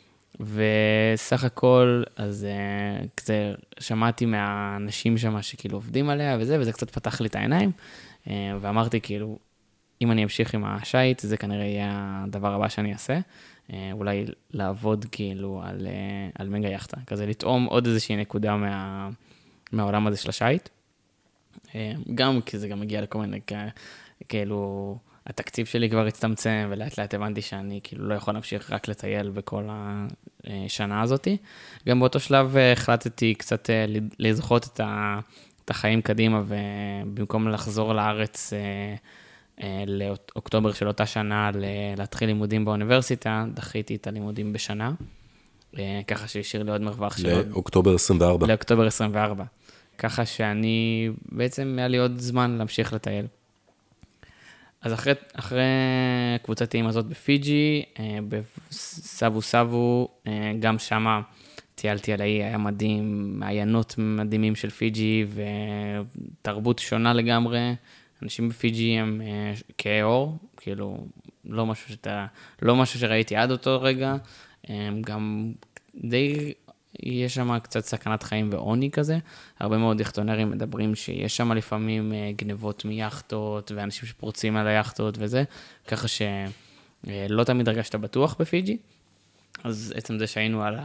וסך הכל, אז כזה שמעתי מהאנשים שם שכאילו עובדים עליה וזה קצת פתח לי את העיניים, ואמרתי כאילו, אם אני אמשיך עם השייט, זה כנראה יהיה הדבר הבא שאני אעשה, אולי לעבוד כאילו על מגה יחטה, כזה לטעום עוד איזושהי נקודה מהעולם הזה של השייט, גם כי זה גם מגיע לכל מיני, כאילו, התקציב שלי כבר הצטמצם, ולאט לאט הבנתי שאני כאילו לא יכול להמשיך רק לטייל בכל השנה הזאת. גם באותו שלב החלטתי קצת לזכות את החיים קדימה, ובמקום לחזור לארץ לאוקטובר של אותה שנה, להתחיל לימודים באוניברסיטה, דחיתי את הלימודים בשנה, ככה שהשאיר לי עוד מרווח של לאוקטובר 24. לאוקטובר 24. ככה שאני, בעצם היה לי עוד זמן להמשיך לטייל. אז אחרי קבוצת טעים הזאת בפיג'י, בסבו סבו, גם שמה טיילתי על האי, היה מדהים, מעיינות מדהימים של פיג'י, ותרבות שונה לגמרי. אנשים בפיג'י הם כהי אור, כאילו לא משהו שראיתי עד אותו רגע, גם די יש שם קצת סכנת חיים ועוני כזה, הרבה מאוד יחטונרים מדברים שיש שם לפעמים גנבות מיחטות, ואנשים שפורצים על היחטות וזה, ככה שלא תמיד הרגשת בטוח בפיג'י, אז עצם זה שהיינו על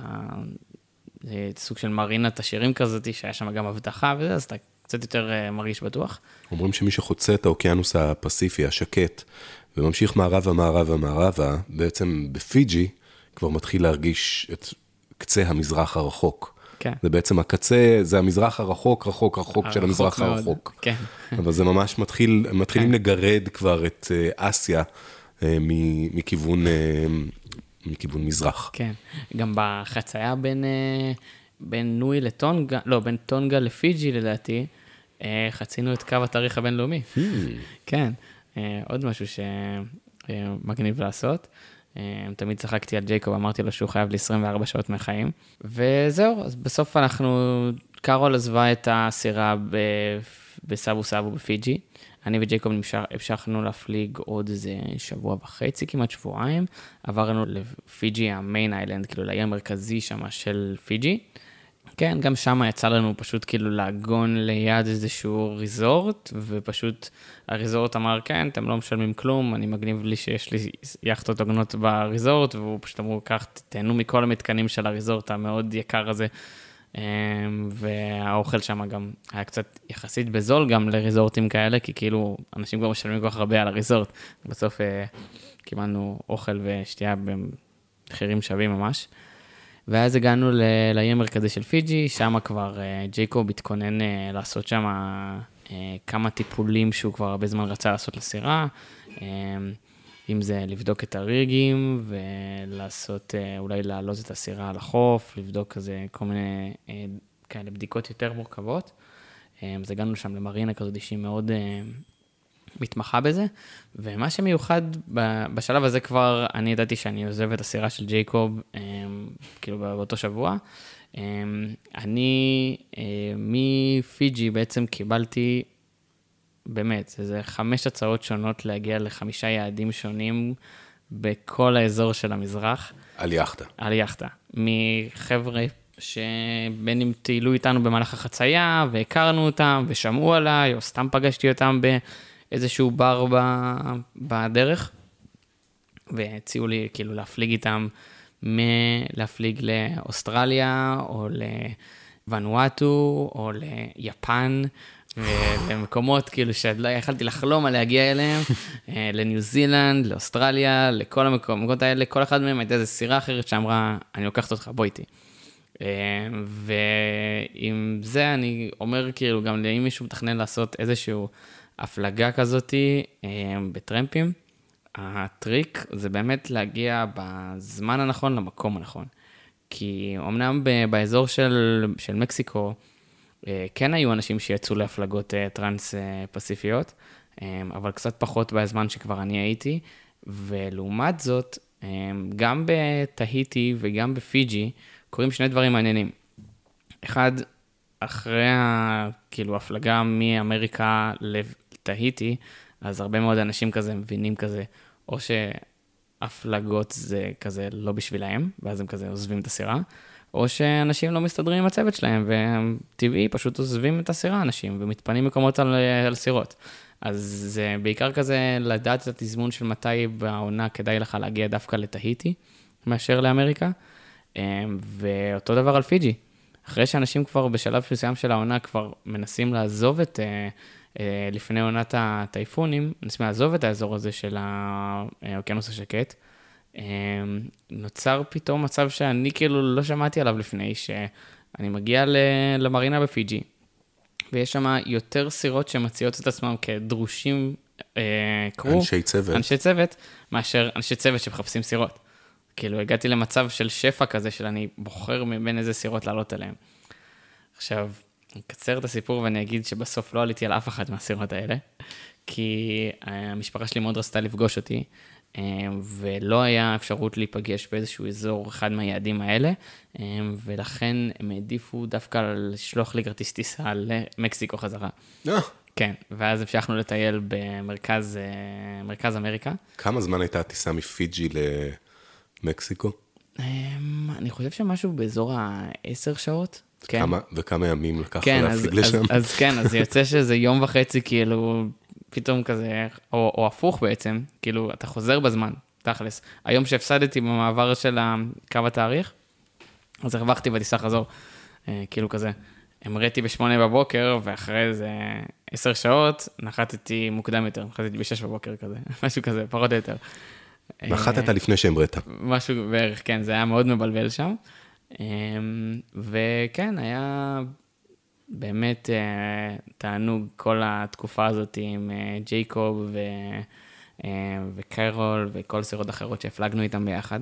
סוג של מרינת השירים כזאת, שהיה שם גם הבטחה וזה, אז אתה קצת יותר מרגיש בטוח. אומרים שמי שחוצה את האוקיינוס הפסיפי, השקט, וממשיך מערבה, בעצם בפיג'י כבר מתחיל להרגיש את קצה המזרח הרחוק. כן. זה בעצם הקצה, זה המזרח הרחוק של המזרח הרחוק. כן. אבל זה ממש מתחילים לגרד כבר את אסיה מכיוון מזרח. כן. גם בחצייה בין נוי לטונגה, לא, בין טונגה לפיג'י לדעתי, חצינו את קו התאריך הבינלאומי. כן. עוד משהו שמגניב לעשות. תמיד צחקתי על ג'ייקוב, אמרתי לו שהוא חייב לי 24 שעות מהחיים. וזהו, אז בסוף קארול עזבה את הסירה בסבו סבו בפיג'י. אני וג'ייקוב המשכנו להפליג עוד איזה שבוע וחצי, כמעט שבועיים. עברנו לפיג'י, המיין איילנד, כאילו לאי המרכזי שם של פיג'י. כן, גם שם יצא לנו פשוט כאילו להגון ליד איזשהו ריזורט, ופשוט הריזורט אמר, כן, אתם לא משלמים כלום, אני מגניב לי שיש לי יחטות עוגנות בריזורט, והוא פשוט אמרו, כך, תהנו מכל המתקנים של הריזורט המאוד יקר הזה, והאוכל שם גם היה קצת יחסית בזול גם לריזורטים כאלה, כי כאילו אנשים כבר משלמים כל כך הרבה על הריזורט. בסוף קיבלנו אוכל ושתייה במחירים שווים ממש. ואז הגענו לאי המרכזי של פיג'י, שם כבר ג'ייקוב התכונן לעשות שם כמה טיפולים שהוא כבר הרבה זמן רצה לעשות לסירה, אם זה לבדוק את הריגים ולעשות, אולי לעלות את הסירה על החוף, לבדוק כזה כל מיני כאלה בדיקות יותר מורכבות. אז הגענו שם למרינה כזאת שהיא מאוד מתמחה בזה, ומה שמיוחד בשלב הזה כבר, אני ידעתי שאני עוזב את הסירה של ג'ייקוב, כאילו באותו שבוע. אני מפיג'י בעצם קיבלתי, באמת, איזה 5 הצעות שונות להגיע ל5 יעדים שונים בכל האזור של המזרח. על יחטה. על יחטה. מחבר'ה שבין אם טיילו איתנו במהלך החצייה, והכרנו אותם, ושמעו עליי, או סתם פגשתי אותם באיזשהו בר בדרך, והציעו לי כאילו להפליג איתם, להפליג לאוסטרליה, או לוונואטו, או ליפן, ולמקומות כאילו שלא יכלתי לחלום על להגיע אליהם, לניו זילנד, לאוסטרליה, לכל המקומות האלה, כל אחד מהם הייתה איזו סירה אחרת שאמרה, אני לוקחת אותך, בוא איתי. ועם זה אני אומר כאילו, גם אם מישהו מתכנן לעשות איזשהו הפלגה כזאת בטרמפים, הטריק זה באמת להגיע בזמן הנכון למקום הנכון. כי אמנם באזור של מקסיקו, כן היו אנשים שיצאו להפלגות טרנס-פסיפיות, אבל קצת פחות בזמן שכבר אני הייתי, ולעומת זאת, גם בטהיטי וגם בפיג'י, קוראים 2 דברים מעניינים. אחד, אחרי כאילו הפלגה מאמריקה לטהיטי, אז הרבה מאוד אנשים כזה מבינים כזה, או שהפלגות זה כזה לא בשבילהם, ואז הם כזה עוזבים את הסירה, או שאנשים לא מסתדרים עם הצוות שלהם, והם טבעי פשוט עוזבים את הסירה אנשים, ומתפנים מקומות על סירות. אז זה בעיקר כזה לדעת את התזמון של מתי בעונה כדאי לך להגיע דווקא לטהיטי, מאשר לאמריקה, ואותו דבר על פיג'י. אחרי שאנשים כבר בשלב מסוים של העונה כבר מנסים לעזוב את, לפני עונת הטייפונים, מנסים לעזוב את האזור הזה של האוקיינוס השקט, נוצר פתאום מצב שאני כאילו לא שמעתי עליו לפני, שאני מגיע למרינה בפיג'י, ויש שם יותר סירות שמציעות את עצמם כדרושים קרו, אנשי צוות, מאשר אנשי צוות שמחפשים סירות. כאילו הגעתי למצב של שפע כזה, של אני בוחר מבין איזה סירות לעלות עליהן. עכשיו, אני אקצר את הסיפור ואני אגיד שבסוף לא עליתי על אף אחת מהסירות האלה, כי המשפחה שלי מאוד רצתה לפגוש אותי, ולא היה אפשרות להיפגש באיזשהו אזור אחד מהיעדים האלה, ולכן הם העדיפו דווקא לשלוח לי כרטיס טיסה למקסיקו חזרה. כן, ואז המשכנו לטייל במרכז אמריקה. כמה זמן הייתה הטיסה מפיג'י למקסיקו? אני חושב שמשהו באזור 10 שעות. וכמה ימים לקח להפליג לשם? אז כן, אז יוצא שזה יום וחצי, כאילו, פתאום כזה, או הפוך בעצם, כאילו, אתה חוזר בזמן, תכלס. היום שהפסדתי במעבר של קו התאריך, אז הרווחתי בטיסה חזור, כאילו כזה, המראתי ב8 בבוקר, ואחרי זה 10 שעות, נחתתי מוקדם יותר, נחתתי ב6 בבוקר כזה, משהו כזה, פחות או יותר. נחתת לפני שהמראת. משהו בערך, כן, זה היה מאוד מבלבל שם. וכן, היה באמת תענוג כל התקופה הזאת עם ג'ייקוב וקיירול וכל סירות אחרות שהפלגנו איתם ביחד.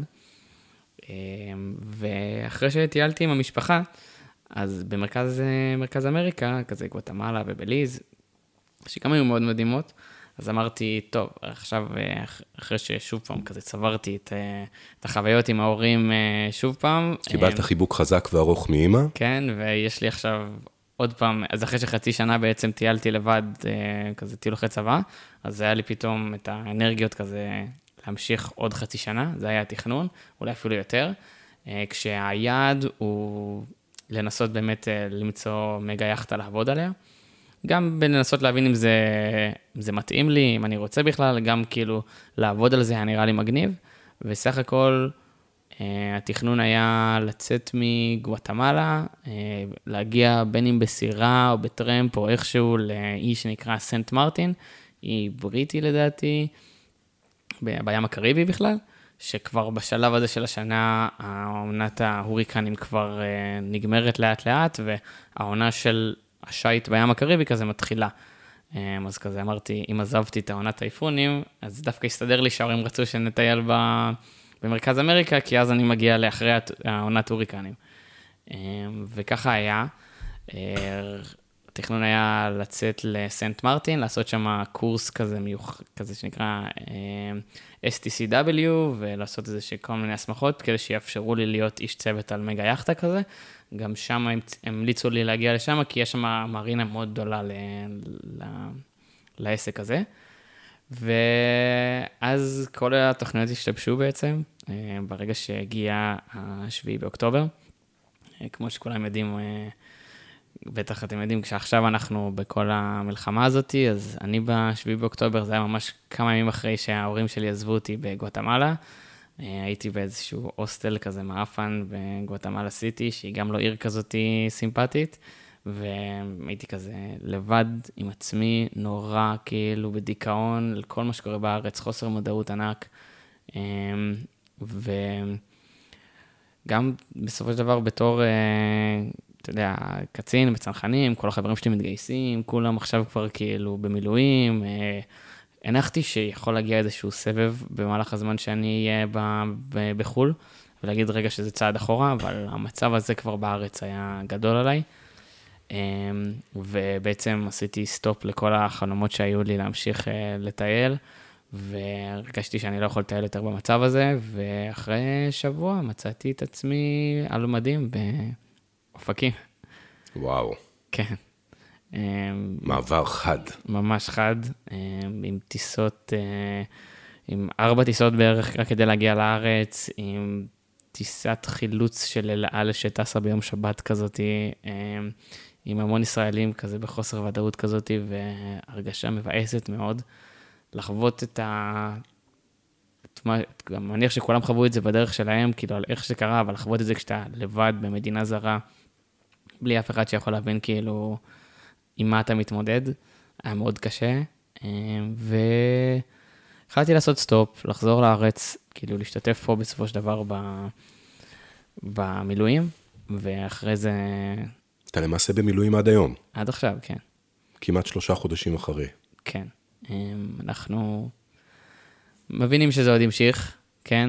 ואחרי שטיילתי עם המשפחה, אז במרכז אמריקה, כזה גואטמלה ובליז, שגם היו מאוד מדהימות, אז אמרתי, טוב, עכשיו, אחרי ששוב פעם כזה צברתי את החוויות עם ההורים שוב פעם. קיבלת חיבוק חזק וארוך מאמא? כן, ויש לי עכשיו עוד פעם, אז אחרי שחצי שנה בעצם טיילתי לבד, כזה טיול אחרי צבא, אז היה לי פתאום את האנרגיות כזה להמשיך עוד חצי שנה, זה היה התכנון, אולי אפילו יותר, כשהיעד הוא לנסות באמת למצוא מגה יחטה לעבוד עליה, גם בלנסות להבין אם זה מתאים לי, אם אני רוצה בכלל, גם כאילו לעבוד על זה היה נראה לי מגניב, וסך הכל התכנון היה לצאת מגואטמלה, להגיע בין אם בסירה או בטרמפ או איכשהו לאי שנקרא סנט מרטין, היא בריטי לדעתי, בים הקריבי בכלל, שכבר בשלב הזה של השנה, העונת ההוריקנים כבר נגמרת לאט לאט, והעונה של השייט בים הקריבי כזה מתחילה. אז כזה אמרתי, אם עזבתי את העונת טייפונים, אז דווקא הסתדר לי שההורים רצו שנטייל במרכז אמריקה, כי אז אני מגיע לאחרי העונת הוריקנים. וככה היה. התכנון היה לצאת לסנט מרטין, לעשות שם קורס כזה כזה שנקרא STCW, ולעשות איזה כל מיני הסמכות, כדי שיאפשרו לי להיות איש צוות על מגה יחטה כזה. גם שם הם המליצו לי להגיע לשם, כי יש שם מרינה מאוד גדולה לעסק הזה. ואז כל התוכניות השתבשו בעצם, ברגע שהגיע ה7 באוקטובר. כמו שכולם יודעים, בטח אתם יודעים, כשעכשיו אנחנו בכל המלחמה הזאת, אז אני ב7 באוקטובר, זה היה ממש כמה ימים אחרי שההורים שלי עזבו אותי בגואטמלה. הייתי באיזשהו הוסטל כזה מאפן בגואטמלה סיטי, שהיא גם לא עיר כזאת סימפטית, והייתי כזה לבד עם עצמי, נורא כאילו בדיכאון, על כל מה שקורה בארץ, חוסר מודעות ענק, וגם בסופו של דבר בתור, אתה יודע, קצין, בצנחנים, כל החברים שלי מתגייסים, כולם עכשיו כבר כאילו במילואים, הנחתי שיכול להגיע איזשהו סבב במהלך הזמן שאני אהיה בחול, ולהגיד רגע שזה צעד אחורה, אבל המצב הזה כבר בארץ היה גדול עליי, ובעצם עשיתי סטופ לכל החלומות שהיו לי להמשיך לטייל, והרגשתי שאני לא יכול לטייל יותר במצב הזה, ואחרי שבוע מצאתי את עצמי על מדים באופקים. וואו. כן. מעבר חד. ממש חד, עם טיסות, עם 4 טיסות בערך רק כדי להגיע לארץ, עם טיסת חילוץ של אל על שטסה ביום שבת כזאת, עם המון ישראלים כזה בחוסר ודאות כזאת, והרגשה מבאסת מאוד, לחוות את גם מניח שכולם חוו את זה בדרך שלהם, כאילו על איך שזה קרה, אבל לחוות את זה כשאתה לבד במדינה זרה, בלי אף אחד שיכול להבין כאילו עם מה אתה מתמודד, היה מאוד קשה, והחלטתי לעשות סטופ, לחזור לארץ, כאילו להשתתף פה בסופו של דבר במילואים, ואחרי זה... אתה למעשה במילואים עד היום. עד עכשיו, כן. כמעט 3 חודשים אחרי. כן. אנחנו מבינים שזה עוד ימשיך, כן,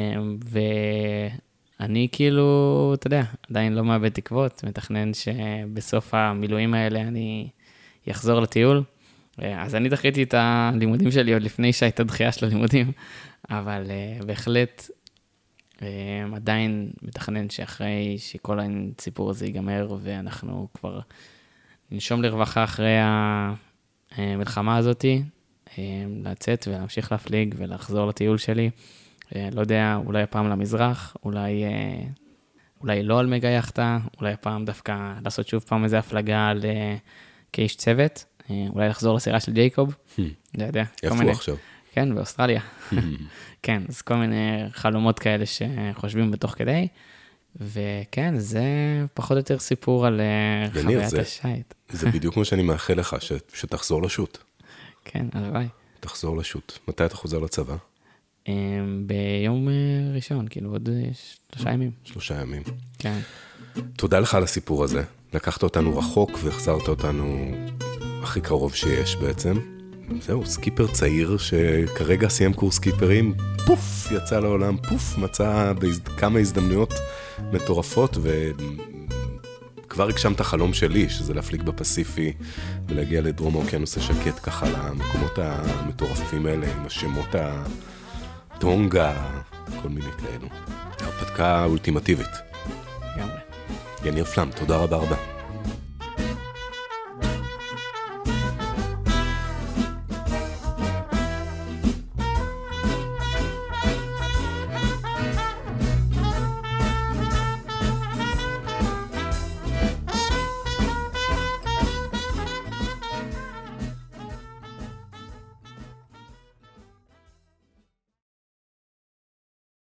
ואני כאילו, אתה יודע, עדיין לא מאבד תקוות, מתכנן שבסוף המילואים האלה אני אחזור לטיול, אז אני דחיתי את הלימודים שלי עוד לפני שהייתה דחייה של הלימודים, אבל בהחלט עדיין מתכנן שאחרי שכל הסיפור הזה ייגמר, ואנחנו כבר ננשום לרווחה אחרי המלחמה הזאת, לצאת ולהמשיך להפליג ולחזור לטיול שלי. לא יודע, אולי הפעם למזרח, אולי לא על מגה יחטה, אולי הפעם דווקא לעשות שוב פעם איזה הפלגה כאיש צוות, אולי לחזור לסירה של ג'ייקוב. לא יודע. איפה הוא עכשיו? כן, באוסטרליה. כן, אז כל מיני חלומות כאלה שחושבים בתוך כדי, וכן, זה פחות או יותר סיפור על חוויית השייט. זה בדיוק כמו שאני מאחל לך, שתחזור לשוט. כן, הלוואי. תחזור לשוט. מתי אתה חוזר לצבא? ביום ראשון, כאילו עוד 3 ימים. 3 ימים. כן. תודה לך על הסיפור הזה. לקחת אותנו רחוק והחזרת אותנו הכי קרוב שיש בעצם. זהו, סקיפר צעיר שכרגע סיים קורס סקיפרים, פוף, יצא לעולם, פוף, מצא כמה הזדמנויות מטורפות, וכבר הגשם את החלום שלי, שזה להפליג בפסיפי, ולהגיע לדרום האוקיינוס השקט, ככה למקומות המטורפים האלה, עם השמות הטונגה, כל מיני כאלו. הרפתקה אולטימטיבית. לגמרי. יניר פלם, תודה רבה רבה.